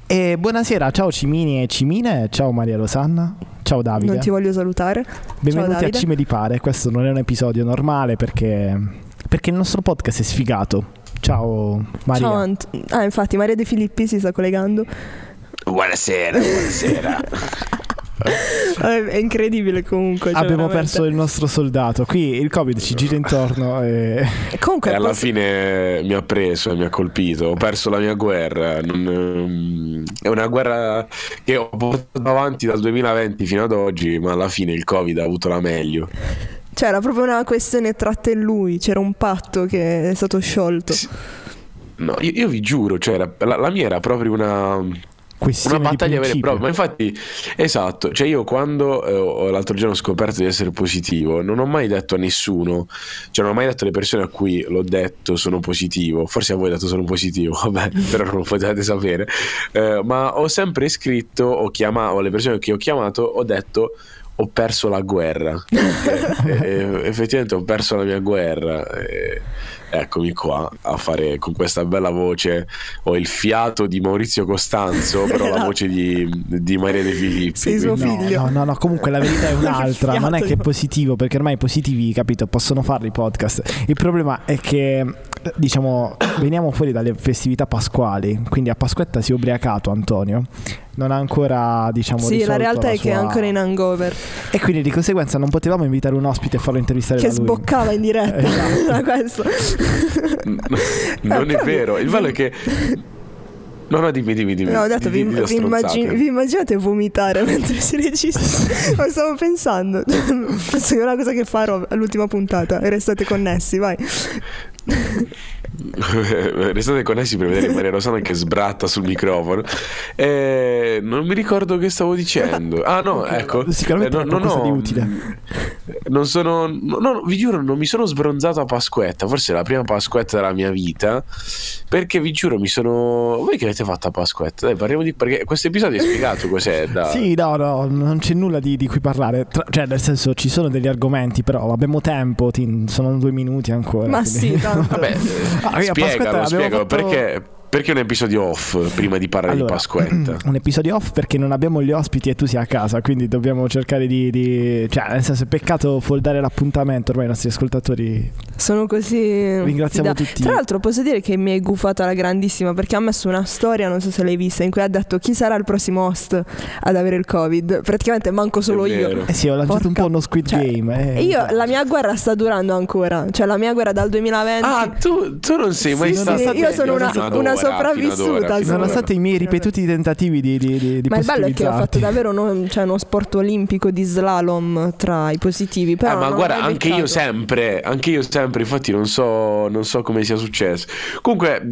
E buonasera, ciao Cimini e Cimine, ciao Maria Rosanna, ciao Davide. Non ti voglio salutare. Benvenuti a Cime di Pare. Questo non è un episodio normale perché il nostro podcast è sfigato. Ciao Maria. Ciao infatti Maria De Filippi si sta collegando. Buonasera. È incredibile comunque. Abbiamo perso il nostro soldato. Qui il Covid ci gira intorno e comunque alla fine mi ha preso e mi ha colpito. Ho perso la mia guerra. È una guerra che ho portato avanti dal 2020 fino ad oggi, ma alla fine il Covid ha avuto la meglio. Cioè era proprio una questione tra te e lui. C'era un patto che è stato sciolto. No, io vi giuro, cioè la mia era proprio una battaglia vera e propria. Ma infatti, esatto, cioè io quando l'altro giorno ho scoperto di essere positivo, non ho mai detto a nessuno, cioè non ho mai detto alle persone a cui l'ho detto sono positivo. Forse a voi ho detto sono positivo, vabbè, però non lo potete sapere, ma ho sempre scritto, ho chiamato alle persone che ho chiamato, ho detto ho perso la guerra. Effettivamente ho perso la mia guerra. Eccomi qua a fare con questa bella voce. Ho il fiato di Maurizio Costanzo, però la voce di Maria De Filippi. Sei suo figlio. No, comunque la verità è un'altra. Non è che è positivo, perché ormai i positivi, capito, possono fare i podcast. Il problema è che, diciamo, veniamo fuori dalle festività pasquali, quindi a Pasquetta si è ubriacato Antonio. Non ha ancora, diciamo, sì, la realtà è che è ancora in hangover e quindi di conseguenza non potevamo invitare un ospite e farlo intervistare che da lui, sboccava in diretta. Esatto. Questo. Non è vero, il bello è che no, dimmi. No, ho detto, vi immaginate vomitare mentre si registra? Lo stavo pensando. Penso che è una cosa che farò all'ultima puntata. Restate connessi, vai. Restate connessi per vedere Maria Rosanna che sbratta sul microfono. Non mi ricordo che stavo dicendo. Ah no, ecco. Sicuramente è qualcosa di utile. Non sono, no, vi giuro, non mi sono sbronzato a Pasquetta. Forse è la prima Pasquetta della mia vita. Perché vi giuro, voi che avete fatto a Pasquetta? Dai, parliamo perché questo episodio è spiegato cos'è. Sì, no, non c'è nulla di cui parlare. Cioè, nel senso, ci sono degli argomenti, però abbiamo tempo. Sono 2 minuti ancora. Ma quindi... sì, tanto. Vabbè, spiegalo perché un episodio off prima di parlare di Pasquetta? Un episodio off perché non abbiamo gli ospiti e tu sei a casa, quindi dobbiamo cercare di cioè, nel senso, è peccato foldare l'appuntamento. Ormai i nostri ascoltatori sono così. Ringraziamo tutti. Tra l'altro posso dire che mi hai gufato alla grandissima, perché ha messo una storia, non so se l'hai vista, in cui ha detto chi sarà il prossimo host ad avere il Covid. Praticamente manco solo io. Sì, ho lanciato un po' uno Squid Game. Io la mia guerra sta durando ancora. Cioè la mia guerra dal 2020. Ah, tu non sei mai stato. Io sono una sopravvissuta, nonostante i miei ripetuti tentativi di ma il bello è che ho fatto davvero uno sport olimpico di slalom tra i positivi, però ma guarda, anche io sempre, infatti non so come sia successo. Comunque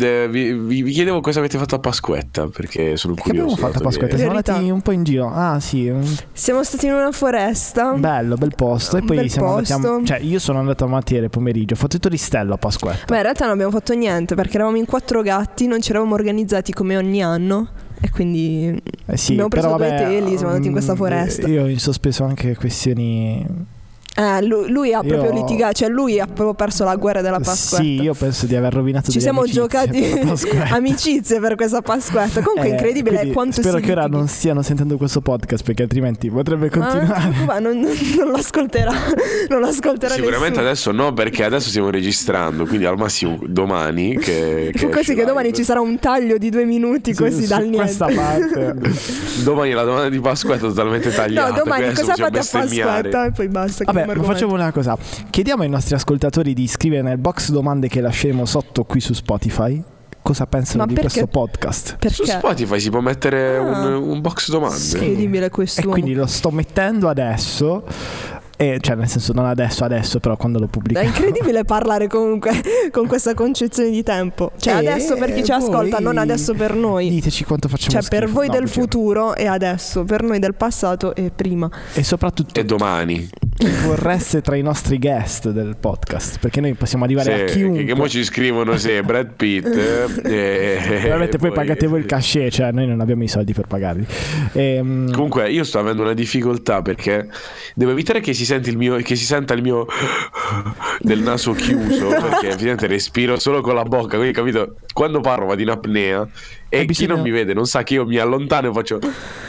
vi chiedevo cosa avete fatto a Pasquetta, perché sono curioso. Che abbiamo fatto a Pasquetta? Siamo andati un po' in giro. Ah sì, siamo stati in una foresta, bel posto, e poi siamo andati cioè io sono andato a mattiere pomeriggio, ho fatto il turistello a Pasquetta. Beh, in realtà non abbiamo fatto niente perché eravamo in 4 gatti, non ci eravamo organizzati come ogni anno e quindi sì, abbiamo preso però, 2 teli, siamo andati in questa foresta. Io ho in sospeso anche questioni. Lui ha proprio litigato, cioè lui ha proprio perso la guerra della Pasquetta. Sì, io penso di aver rovinato ci siamo giocati amicizie per questa Pasquetta. Comunque è incredibile quanto spero che ora non stiano sentendo questo podcast, perché altrimenti potrebbe continuare. Ma non l'ascolterà. Non l'ascolterà sicuramente nessuno. Adesso no, perché adesso stiamo registrando, quindi al massimo domani che domani ci sarà un taglio di 2 minuti così dal niente. Questa parte. Domani la domanda di Pasquetta è totalmente tagliata. No, domani cosa fate a Pasquetta e poi basta. Vabbè, ma facciamo una cosa. Chiediamo ai nostri ascoltatori di scrivere nel box domande che lasceremo sotto qui su Spotify cosa pensano di questo podcast. Perché? Su Spotify si può mettere un box domande. Incredibile questo. E quindi lo sto mettendo adesso. Cioè nel senso non adesso però quando lo pubblico. È incredibile parlare comunque con questa concezione di tempo. Cioè adesso per chi ci ascolta, non adesso per noi. Diteci quanto facciamo Cioè schifo. per voi del futuro e adesso, per noi del passato e prima. E soprattutto e domani chi vorreste tra i nostri guest del podcast, perché noi possiamo arrivare a chiunque. Che mo ci scrivono se Brad Pitt veramente poi pagate voi il cachet, cioè noi non abbiamo i soldi per pagarli. Comunque io sto avendo una difficoltà perché devo evitare che si senta il mio del naso chiuso, perché evidentemente respiro solo con la bocca, quindi capito, quando parlo vado in apnea E chi non mi vede non sa che io mi allontano e faccio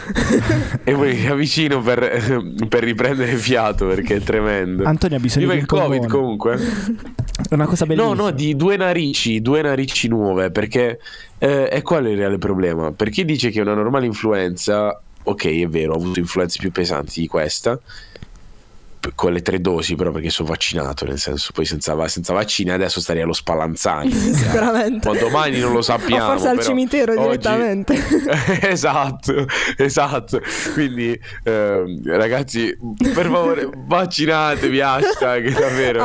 e poi mi avvicino per riprendere fiato, perché è tremendo. Antonio ha bisogno di un Covid comunque. È una cosa bellissima. No, di due narici nuove, perché è quello il reale problema. Per chi dice che è una normale influenza, ok, è vero, ho avuto influenze più pesanti di questa, con le 3 dosi, però perché sono vaccinato, nel senso, poi senza vaccini adesso starei allo Spallanzani sicuramente, ma domani non lo sappiamo, o forse al cimitero oggi... direttamente. esatto, quindi ragazzi, per favore vaccinatevi, davvero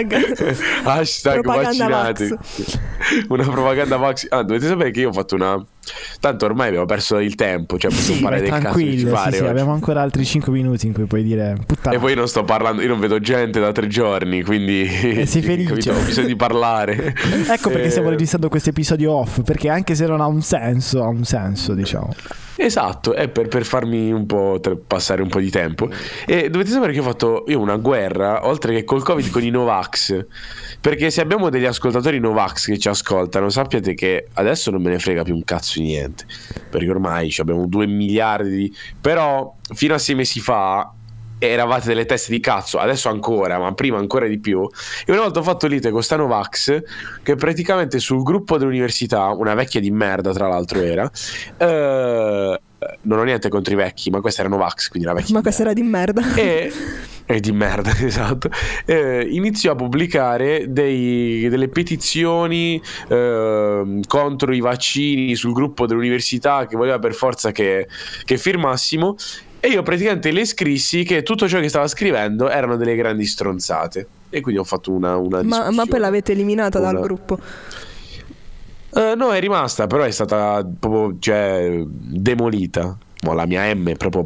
hashtag vaccinatevi, una propaganda vax. Dovete sapere che io ho fatto tanto ormai abbiamo perso il tempo, cioè possiamo parlare del cazzo che ci pare. Sì, abbiamo ancora altri 5 minuti in cui puoi dire puttana. E poi non sto parlando, io non vedo gente da 3 giorni, quindi sei felice. Ho bisogno di parlare. Ecco perché stiamo registrando questo episodio off, perché anche se non ha un senso, diciamo. Esatto, è per farmi un po' passare un po' di tempo. E dovete sapere che ho fatto una guerra, oltre che col Covid, con i Novax. Perché se abbiamo degli ascoltatori Novax che ci ascoltano, sappiate che adesso non me ne frega più un cazzo di niente, perché ormai abbiamo 2 miliardi però fino a 6 mesi fa eravate delle teste di cazzo, adesso ancora, ma prima ancora di più. E una volta ho fatto lite con sta Novax, che praticamente sul gruppo dell'università, una vecchia di merda tra l'altro era, non ho niente contro i vecchi, ma questa era Novax, quindi la vecchia. Ma questa era di merda. E di merda, esatto. Iniziò a pubblicare delle petizioni contro i vaccini sul gruppo dell'università, che voleva per forza che firmassimo. E io praticamente le scrissi che tutto ciò che stava scrivendo erano delle grandi stronzate. E quindi ho fatto una discussione. Ma poi l'avete eliminata dal gruppo? No, è rimasta, però è stata proprio, demolita. La mia M è proprio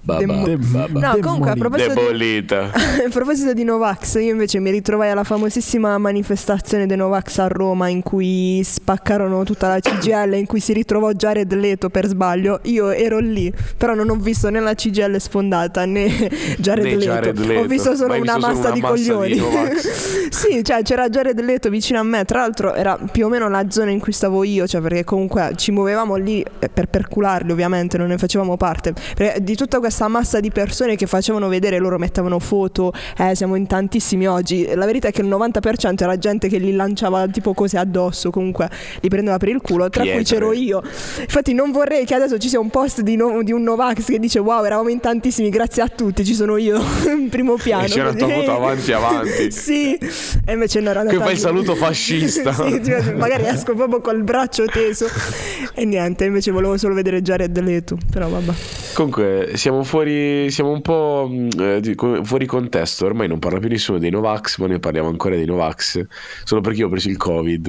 no, comunque a proposito di Novax, io invece mi ritrovai alla famosissima manifestazione dei Novax a Roma, in cui spaccarono tutta la CGIL, in cui si ritrovò Jared Leto per sbaglio. Io ero lì, però non ho visto né la CGIL sfondata né Jared Leto. Ho visto solo una massa di coglioni. Sì, cioè c'era Jared Leto vicino a me. Tra l'altro era più o meno la zona in cui stavo io, cioè perché comunque ci muovevamo lì per percularli, ovviamente non ne facevamo parte di tutta questa massa di persone che facevano vedere, loro mettevano foto, siamo in tantissimi oggi. La verità è che il 90% era gente che li lanciava tipo cose addosso, comunque li prendeva per il culo, tra cui c'ero io. Infatti non vorrei che adesso ci sia un post di un Novax che dice wow, eravamo in tantissimi, grazie a tutti, ci sono io in primo piano. E c'era tua foto avanti. Sì, e invece non era che fai il saluto fascista. Sì, magari esco proprio col braccio teso e niente, invece volevo solo vedere Jared Leto, però vabbè. Comunque siamo un po' fuori contesto. Ormai non parla più nessuno dei Novax, ma noi parliamo ancora dei Novax solo perché io ho preso il Covid.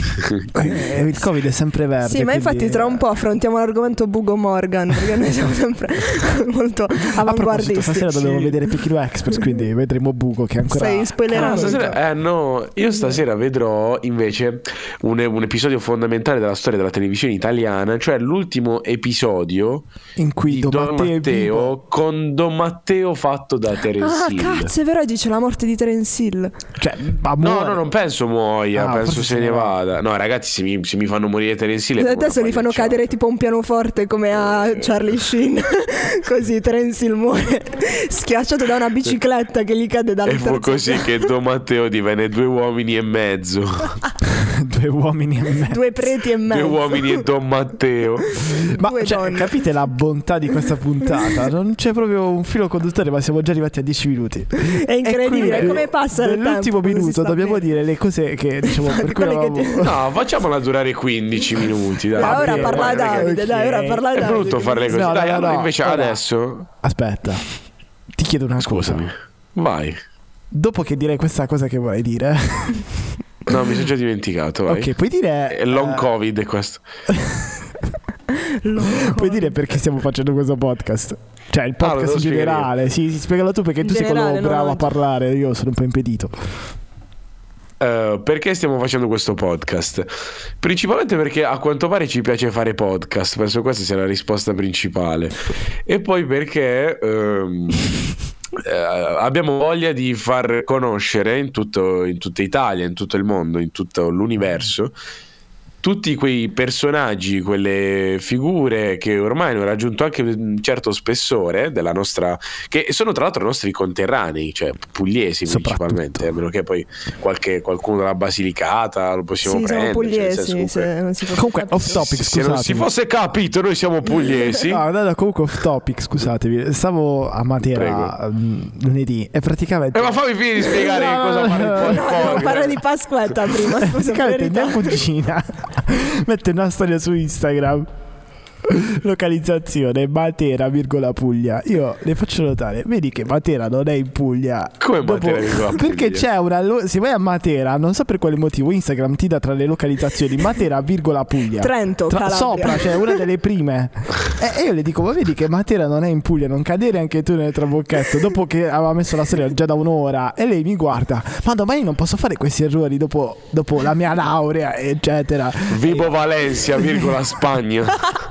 Il Covid è sempre verde. Sì, ma infatti tra un po' affrontiamo l'argomento Bugo Morgan, perché noi siamo sempre molto avanguardisti. Stasera dovevo vedere Pechino Express, quindi vedremo Bugo che ancora... Stai spoilerando. No, io stasera vedrò invece un episodio fondamentale della storia della televisione italiana, cioè l'ultimo episodio in cui Don Matteo con Don Matteo fatto da Terence Hill. Cazzo, è vero, oggi c'è la morte di Terence Hill. Cioè, no, non penso muoia, penso se ne vada. No, ragazzi, se mi fanno morire Terence Hill adesso li fanno cadere tipo un pianoforte come a Charlie Sheen. Così Terence Hill muore schiacciato da una bicicletta che gli cade dal terzo. E fu così che Don Matteo divenne 2 uomini e mezzo. 2 uomini e mezzo. 2 preti e mezzo. 2 uomini e Don Matteo. Ma capite la bontà di questa puntata? Non c'è proprio un filo conduttore, ma siamo già arrivati a 10 minuti. È incredibile come passa il tempo. Nell'ultimo minuto dobbiamo dire le cose che diciamo per cui eravamo... No, facciamola durare 15 minuti. Dai. Ora parla Davide, dai, ora parla Davide. È brutto farle così. No, invece adesso... Aspetta, ti chiedo una cosa. Vai. Dopo che direi questa cosa che vorrei dire... No, mi sono già dimenticato. Vai. Ok, puoi dire... Long Covid è questo. Puoi dire perché stiamo facendo questo podcast? Cioè il podcast in generale. Sì, spiegalo tu perché tu sei quello bravo a parlare. Io sono un po' impedito. Perché stiamo facendo questo podcast? Principalmente perché a quanto pare ci piace fare podcast. Penso questa sia la risposta principale. E poi perché abbiamo voglia di far conoscere in tutta Italia, in tutto il mondo, in tutto l'universo tutti quei personaggi, quelle figure che ormai hanno raggiunto anche un certo spessore della nostra, che sono tra l'altro i nostri conterranei, cioè pugliesi principalmente, a meno che poi qualcuno della Basilicata lo possiamo prendere. Siamo pugliesi, comunque off topic, se non si fosse capito, noi siamo pugliesi. No, comunque off topic, scusatevi, stavo a Matera lunedì e praticamente ma fammi finire di spiegare cosa fare il podcast. Parla di Pasquetta prima. Praticamente mia cugina mette una storia su Instagram, localizzazione Matera, Puglia. Io le faccio notare, vedi che Matera non è in Puglia. Come Matera, Puglia? Perché c'è se vai a Matera, non so per quale motivo, Instagram ti dà tra le localizzazioni Matera, Puglia, Trento, Calabria. Sopra c'è una delle prime. E io le dico, ma vedi che Matera non è in Puglia, non cadere anche tu nel trabocchetto. Dopo che aveva messo la storia già da un'ora, e lei mi guarda, ma domani non posso fare questi errori dopo la mia laurea, eccetera. Vibo Valencia, Spagna.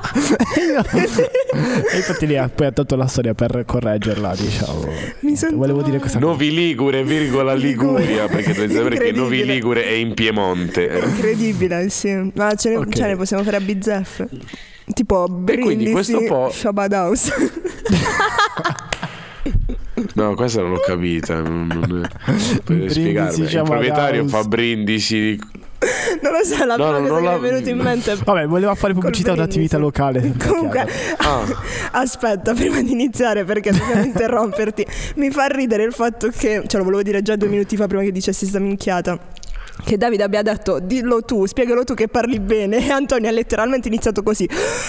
E infatti lì poi ha tolto la storia per correggerla, diciamo. Volevo dire questa Novi Ligure, Liguria, perché dovete sapere che Novi Ligure è in Piemonte. Incredibile, sì. Ma ce ne possiamo fare a bizzeffe. Tipo quindi questo Shabadaus. No, questa non l'ho capita. Potete spiegarmi. Il proprietario fa brindisi. Non lo so, la prima cosa che mi è venuta in mente. Vabbè, voleva fare pubblicità a un'attività locale. Comunque, aspetta, prima di iniziare, perché dobbiamo interromperti. Mi fa ridere il fatto che, lo volevo dire già 2 minuti fa, prima che dicessi sta minchiata, che Davide abbia detto dillo tu, spiegalo tu che parli bene, e Antonio ha letteralmente iniziato così.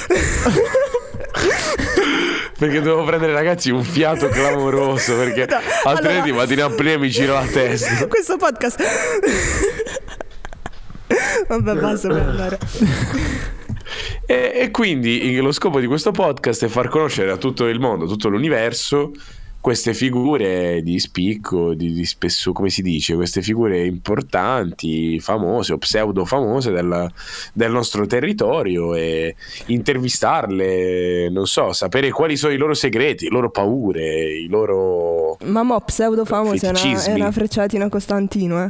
Perché devo prendere, ragazzi, un fiato clamoroso, perché altrimenti mattina prima mi gira la testa. Questo podcast vabbè, basta per andare. E quindi lo scopo di questo podcast è far conoscere a tutto il mondo, a tutto l'universo, queste figure di spicco, di spesso, come si dice, queste figure importanti, famose o pseudo famose del nostro territorio, e intervistarle, non so, sapere quali sono i loro segreti, le loro paure, i loro pseudo famose è una frecciatina Costantino,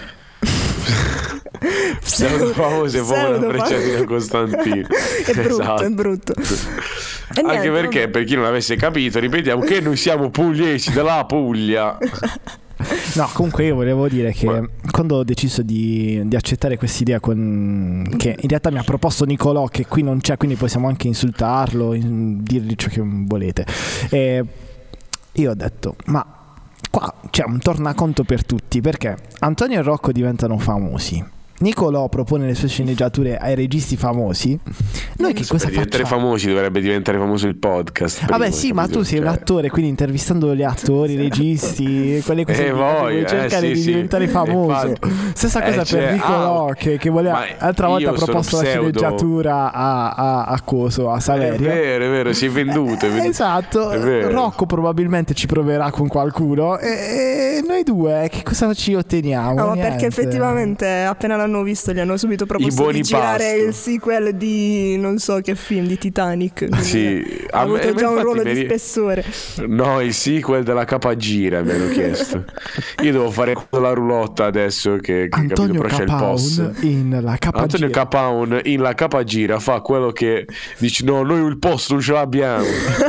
pseudo famose, proprio una frecciatina Costantino. È brutto, esatto. È brutto. Anche perché, per chi non avesse capito, ripetiamo che noi siamo pugliesi della Puglia. No, comunque io volevo dire che quando ho deciso di accettare quest'idea che in realtà mi ha proposto Nicolò, che qui non c'è, quindi possiamo anche insultarlo, dirgli ciò che volete, e io ho detto, ma qua c'è un tornaconto per tutti, perché Antonio e Rocco diventano famosi, Nicolò propone le sue sceneggiature ai registi famosi. Noi che cosa facciamo? Per diventare famosi dovrebbe diventare famoso il podcast. Vabbè, sì, ma tu sei un attore, quindi intervistando gli attori, i registi, quelle cose vuoi cercare di diventare famoso. Stessa cosa per Nicolò, che voleva, l'altra volta ha proposto la sceneggiatura a Coso, a Saverio. È vero, si è venduto. Esatto. Rocco probabilmente ci proverà con qualcuno, e noi due che cosa ci otteniamo? No, perché effettivamente appena l'hanno visto gli hanno subito proposto di girare il sequel di non so che film, di Titanic. Sì, ha avuto già un ruolo di spessore. No, il sequel della Capagira mi hanno chiesto. Io devo fare la roulotta adesso che Antonio capito, però c'è il post in la Capagira. Antonio Capaun in la Capagira fa quello che dice: no, noi il posto non ce l'abbiamo.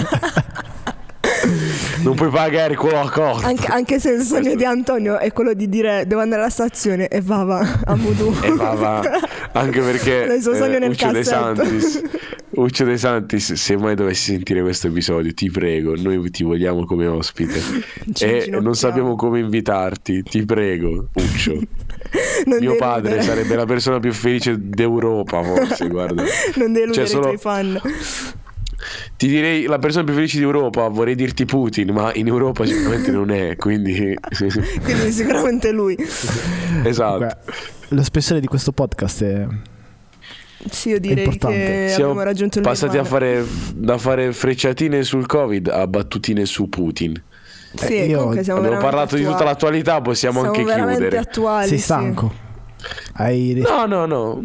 Non puoi pagare quello a cosa. Anche se il sogno di Antonio è quello di dire devo andare alla stazione e va a Voodoo. E va. Anche perché il suo sogno nel Uccio De Santis, se mai dovessi sentire questo episodio, ti prego, noi ti vogliamo come ospite e non sappiamo come invitarti, ti prego, Uccio. Mio padre sarebbe la persona più felice d'Europa, forse, guarda. Non deludere i tuoi fan. Ti direi la persona più felice d'Europa, vorrei dirti Putin, ma in Europa sicuramente non è, quindi sicuramente lui. Esatto. Beh, lo spessore di questo podcast è sì, io direi che abbiamo raggiunto il passati da fare frecciatine sul Covid a battutine su Putin. Sì, abbiamo parlato attuali. Di tutta l'attualità, possiamo anche chiudere. Attuali, sei stanco? No.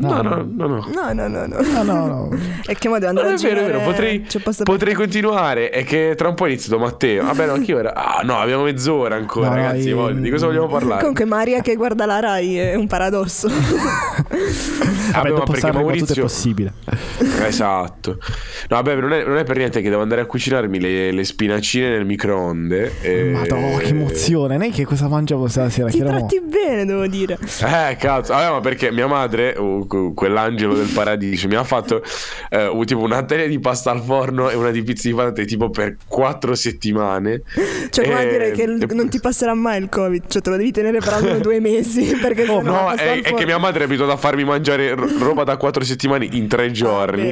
E che modo andare a girare? È vero, potrei continuare. È che tra un po' ha iniziato Matteo. Vabbè, no, anch'io era. No, abbiamo mezz'ora ancora, ragazzi. Di cosa vogliamo parlare? Comunque Maria che guarda la Rai è un paradosso. Vabbè, dopo perché Maurizio tutto è possibile. Esatto. No, vabbè, non è per niente che devo andare a cucinarmi le spinacine nel microonde. Madonna, che emozione. Lei che cosa mangiavo stasera? Ti tratti bene, devo dire. Cazzo. Vabbè, ma perché mia madre, quell'angelo del paradiso, mi ha fatto tipo una teglia di pasta al forno e una di pizza di patate tipo per 4 settimane. Cioè, come a dire che non ti passerà mai il Covid. Cioè, te lo devi tenere per almeno 2 mesi. Perché no, è che mia madre è abituata a farmi mangiare roba da 4 settimane in 3 giorni.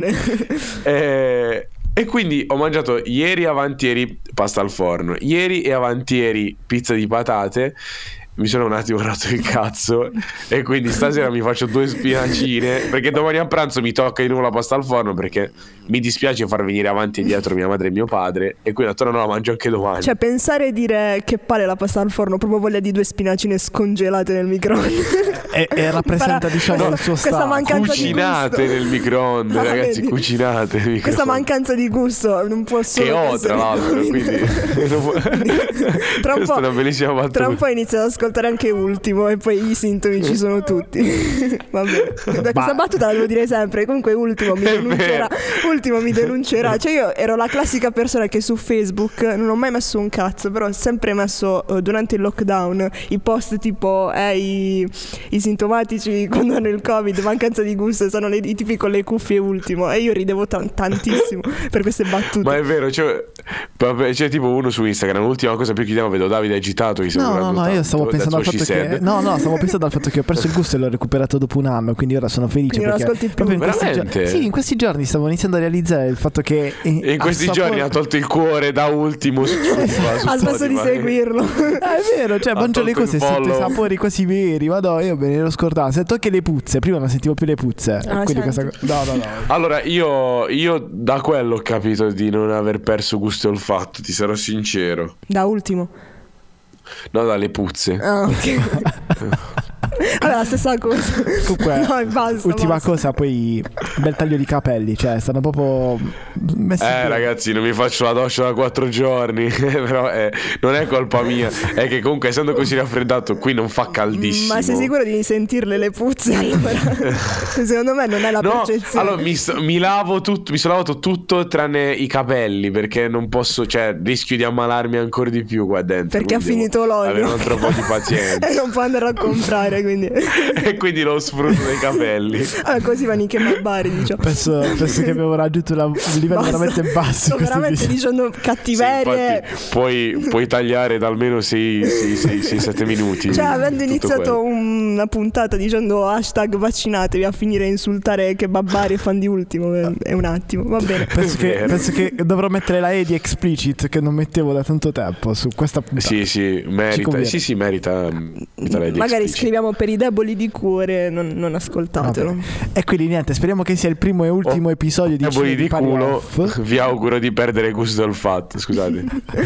E quindi ho mangiato ieri e avantieri pasta al forno, ieri e avantieri pizza di patate. Mi sono un attimo rotto il cazzo e quindi stasera mi faccio 2 spinacine, perché domani a pranzo mi tocca di nuovo la pasta al forno, perché mi dispiace far venire avanti e dietro mia madre e mio padre, e quindi attorno la mangio anche domani. Cioè, pensare e dire che palle la pasta al forno, proprio voglia di 2 spinacine scongelate nel microonde. E rappresenta diciamo il suo stato. Cucinate nel microonde, ragazzi, vedi? Cucinate nel microonde. Questa mancanza di gusto non può solo che ho tra l'altro, quindi questa è una bellissima battuta. Tra un po' inizio ad ascoltare anche Ultimo e poi i sintomi ci sono tutti. Vabbè, questa battuta la devo dire sempre. Comunque Ultimo mi denuncerà. Cioè, io ero la classica persona che su Facebook non ho mai messo un cazzo, però ho sempre messo durante il lockdown i post tipo i sintomatici quando hanno il Covid, mancanza di gusto, sono i tipi con le cuffie Ultimo, e io ridevo tantissimo per queste battute. Ma è vero, c'è tipo uno su Instagram, l'ultima cosa più chiediamo, vedo Davide agitato. No, io stavo pensando al fatto che stavo pensando al fatto che ho perso il gusto e l'ho recuperato dopo un anno, quindi ora sono felice. Quindi perché proprio in questi giorni stavo iniziando a realizzare il fatto che in questi giorni ha tolto il cuore da Ultimo ha smesso di seguirlo. È vero, cioè mangio le cose e sento i sapori quasi veri. Vado, io me ne ero scordato. Sento anche le puzze. Prima non sentivo più le puzze. Quindi no. Allora io da quello ho capito di non aver perso gusto e olfatto, ti sarò sincero. Da Ultimo? No, dalle puzze. Ok. Allora, la stessa cosa. Comunque, ultima cosa, poi bel taglio di capelli, cioè stanno proprio messi ragazzi, non mi faccio la doccia da 4 giorni. Però non è colpa mia, è che comunque essendo così raffreddato qui non fa caldissimo. Ma sei sicuro di sentirle le puzze? Allora secondo me non è la percezione. Allora mi sono lavato tutto tranne i capelli, perché non posso, cioè rischio di ammalarmi ancora di più qua dentro, perché ha finito l'olio, avere un altro po' di pazienza e non può andare a comprare, quindi e quindi lo sfrutto dei capelli. Allora, così vanno i kebabari, diciamo. Penso che abbiamo raggiunto un livello veramente basso. Sto veramente dicendo cattiverie. Sì, puoi tagliare da almeno 6-7 minuti. Cioè, avendo iniziato una puntata dicendo hashtag vaccinatevi, a finire a insultare kebabari e fan di Ultimo è un attimo, va bene. Penso che dovrò mettere la E di explicit, che non mettevo da tanto tempo su questa puntata. Sì, merita. Sì, merita la E di magari explicit. Scriviamo per i deboli di cuore, non ascoltatelo. E quindi niente, speriamo che sia il primo e ultimo episodio di Deboli di culo. Vi auguro di perdere gusto al fatto, scusate.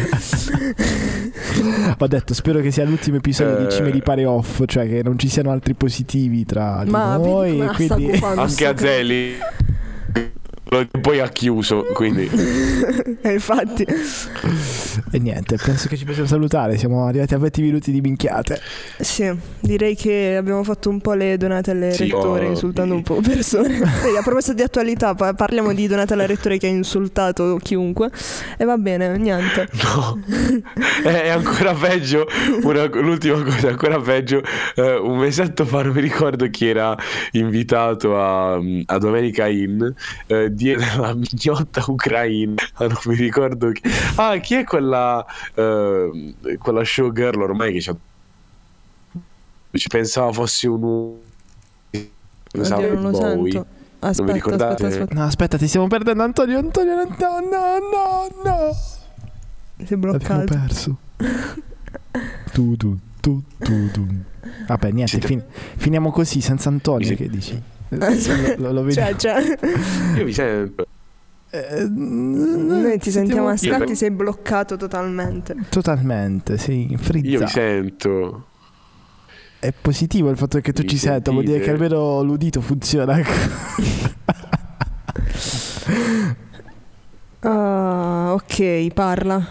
Ho detto, spero che sia l'ultimo episodio di Cime di Pare Off, cioè che non ci siano altri positivi tra di noi, e quindi anche Azzeli poi ha chiuso, quindi infatti. E niente, penso che ci possiamo salutare. Siamo arrivati a 20 minuti di minchiate. Sì, direi che abbiamo fatto un po' le donatelle rettore, insultando un po' persone. A proposito di attualità, parliamo di Donatella Rettore che ha insultato chiunque. E va bene, niente. No, è ancora peggio. L'ultima cosa, ancora peggio. Un mesetto fa non mi ricordo chi era invitato a Domenica Inn, diede la mignotta ucraina. Non mi ricordo chi è quella showgirl ormai che ci pensava fosse un uomo. Non lo sento. Aspetta. No, aspetta, ti stiamo perdendo, Antonio. No. Sei bloccato. L'abbiamo perso. Tu. Vabbè, niente, finiamo così senza Antonio, che dici? Lo vedi? Cioè. Io vi sento. Noi ti sentiamo a scatti, sei bloccato totalmente. Totalmente, sì, frizzato. Io vi sento. È positivo il fatto che tu ci senta, vuol dire che almeno l'udito funziona. Ok, parla.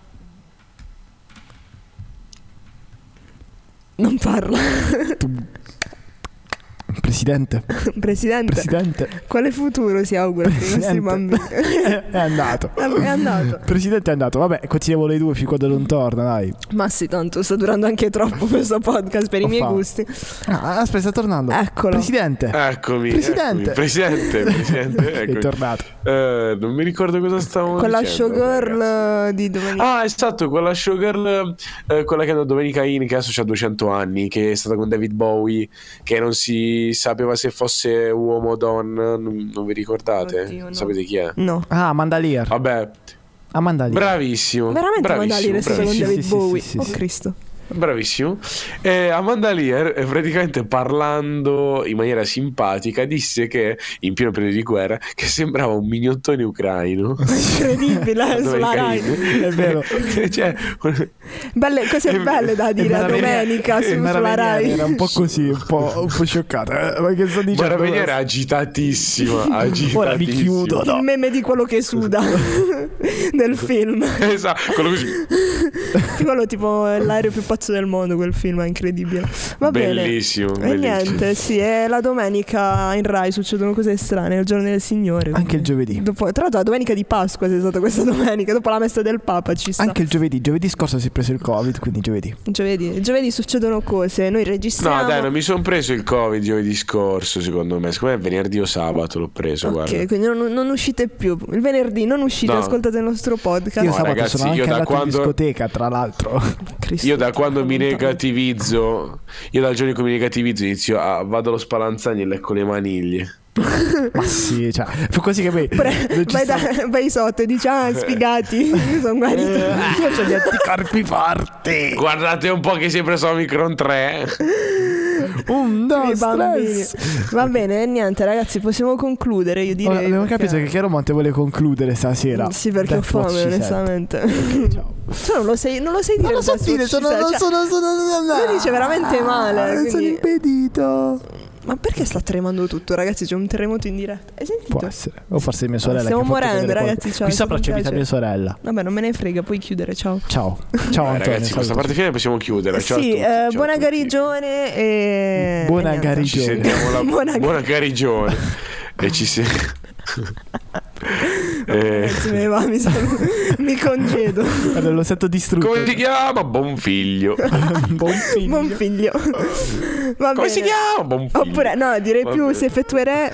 Non parla. Presidente. Quale futuro si augura per i nostri bambini? È andato. È andato. Presidente è andato. Vabbè, continuiamo le due fin quando non torna, dai. Ma sì, tanto sta durando anche troppo questo podcast per i miei gusti. Aspetta, sta tornando. Eccolo. Presidente. Eccomi. Presidente. Eccomi. È tornato. Non mi ricordo cosa stavamo dicendo. Quella showgirl di Domenica. Esatto, quella showgirl, quella che è da Domenica In, che adesso ha 200 anni, che è stata con David Bowie, che non si sapeva se fosse uomo o donna, non vi ricordate? Oddio, no. Sapete chi è? No. Amanda Lear. Vabbè. Amanda Lear. Bravissimo. Veramente Amanda Lear è stata con David Bowie. Sì, Cristo. Bravissimo. Amanda Lear, praticamente parlando in maniera simpatica, disse che in pieno periodo di guerra che sembrava un mignottone ucraino. Incredibile, sulla Rai. È vero. Cose belle da dire a Domenica sulla Rai. Era un po' così, un po' scioccata. Ma che sto dicendo? Maraviglia era agitatissima. Ora mi chiudo. Il meme di quello che suda del film. Esatto, quello così. Quello tipo l'aereo più pazzo del mondo, quel film è incredibile. Va bellissimo, bene. E niente, sì, è la domenica in Rai succedono cose strane, il giorno del Signore. Anche il giovedì. Tra l'altro la domenica di Pasqua è stata questa domenica, dopo la messa del Papa ci sta. Anche il giovedì scorso si è preso il Covid, quindi giovedì succedono cose, noi registriamo. No dai, non mi sono preso il Covid giovedì scorso, secondo me è venerdì o sabato l'ho preso, guarda. Ok, quindi non uscite più il venerdì, non uscite, ascoltate il nostro podcast. Io sabato ragazzi, sono anche andato in discoteca, tra l'altro. Io da quando mi negativizzo, io dal giorno in cui mi negativizzo inizio vado allo Spallanzani e lecco le maniglie. Ma sì, cioè, fu così che vai sotto e dici sfigati, io sono guarito. Io ho gli anticorpi forti. Guardate un po' che sempre sono Omicron 3. Stress. Va bene, niente ragazzi, possiamo concludere. Io direi abbiamo capito che Chiaromonte vuole concludere stasera. Sì, perché ho fame onestamente. Okay, ciao. Cioè, non lo sai dire. Non lo so dire, lo dice veramente male. Sono impedito. Ma perché sta tremando tutto, ragazzi? C'è un terremoto in diretta. Hai sentito? Può essere. O forse mia sorella. Stiamo morendo, ragazzi. Ciao. Qui sopra c'è vita mia sorella. Vabbè, non me ne frega, puoi chiudere. Ciao. Ciao Antonio, ragazzi, questa parte finale possiamo chiudere. Ciao sì, a tutti. Buona guarigione e buona guarigione. Ci sentiamo buona guarigione. E ci sentiamo. Mi congedo. Allora, lo sento distrutto. Come si chiama? Buon figlio. Buon figlio. Va come bene. si chiama? Buon figlio. Oppure no, direi va più bene. si effettuerà.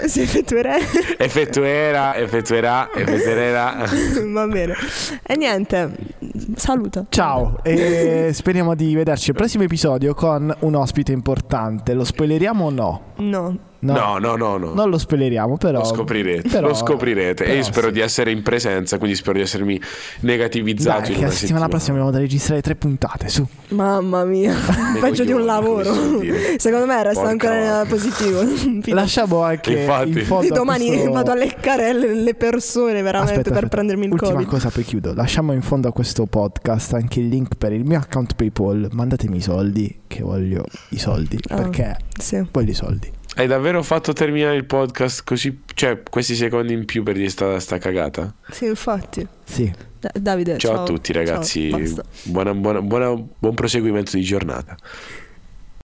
Effettuerà. Va bene. E niente, saluta. Ciao. E speriamo di vederci al prossimo episodio con un ospite importante. Lo spoileriamo o no? No. No. Non lo spoileriamo, però Lo scoprirete. E io spero di essere in presenza, quindi spero di essermi negativizzato. Dai, che la settimana prossima abbiamo da registrare 3 puntate, su. Mamma mia, peggio di un lavoro. Secondo me resta ancora positivo. Lasciamo anche in fondo domani vado a leccare le persone veramente per prendermi il Ultima Covid. cosa, poi chiudo. Lasciamo in fondo a questo podcast anche il link per il mio account PayPal. Mandatemi i soldi, che voglio i soldi, perché voglio i soldi. Hai davvero fatto terminare il podcast così? Cioè, questi secondi in più per dire sta cagata? Sì, infatti. Sì. Davide, ciao a tutti ragazzi. Ciao, buon proseguimento di giornata.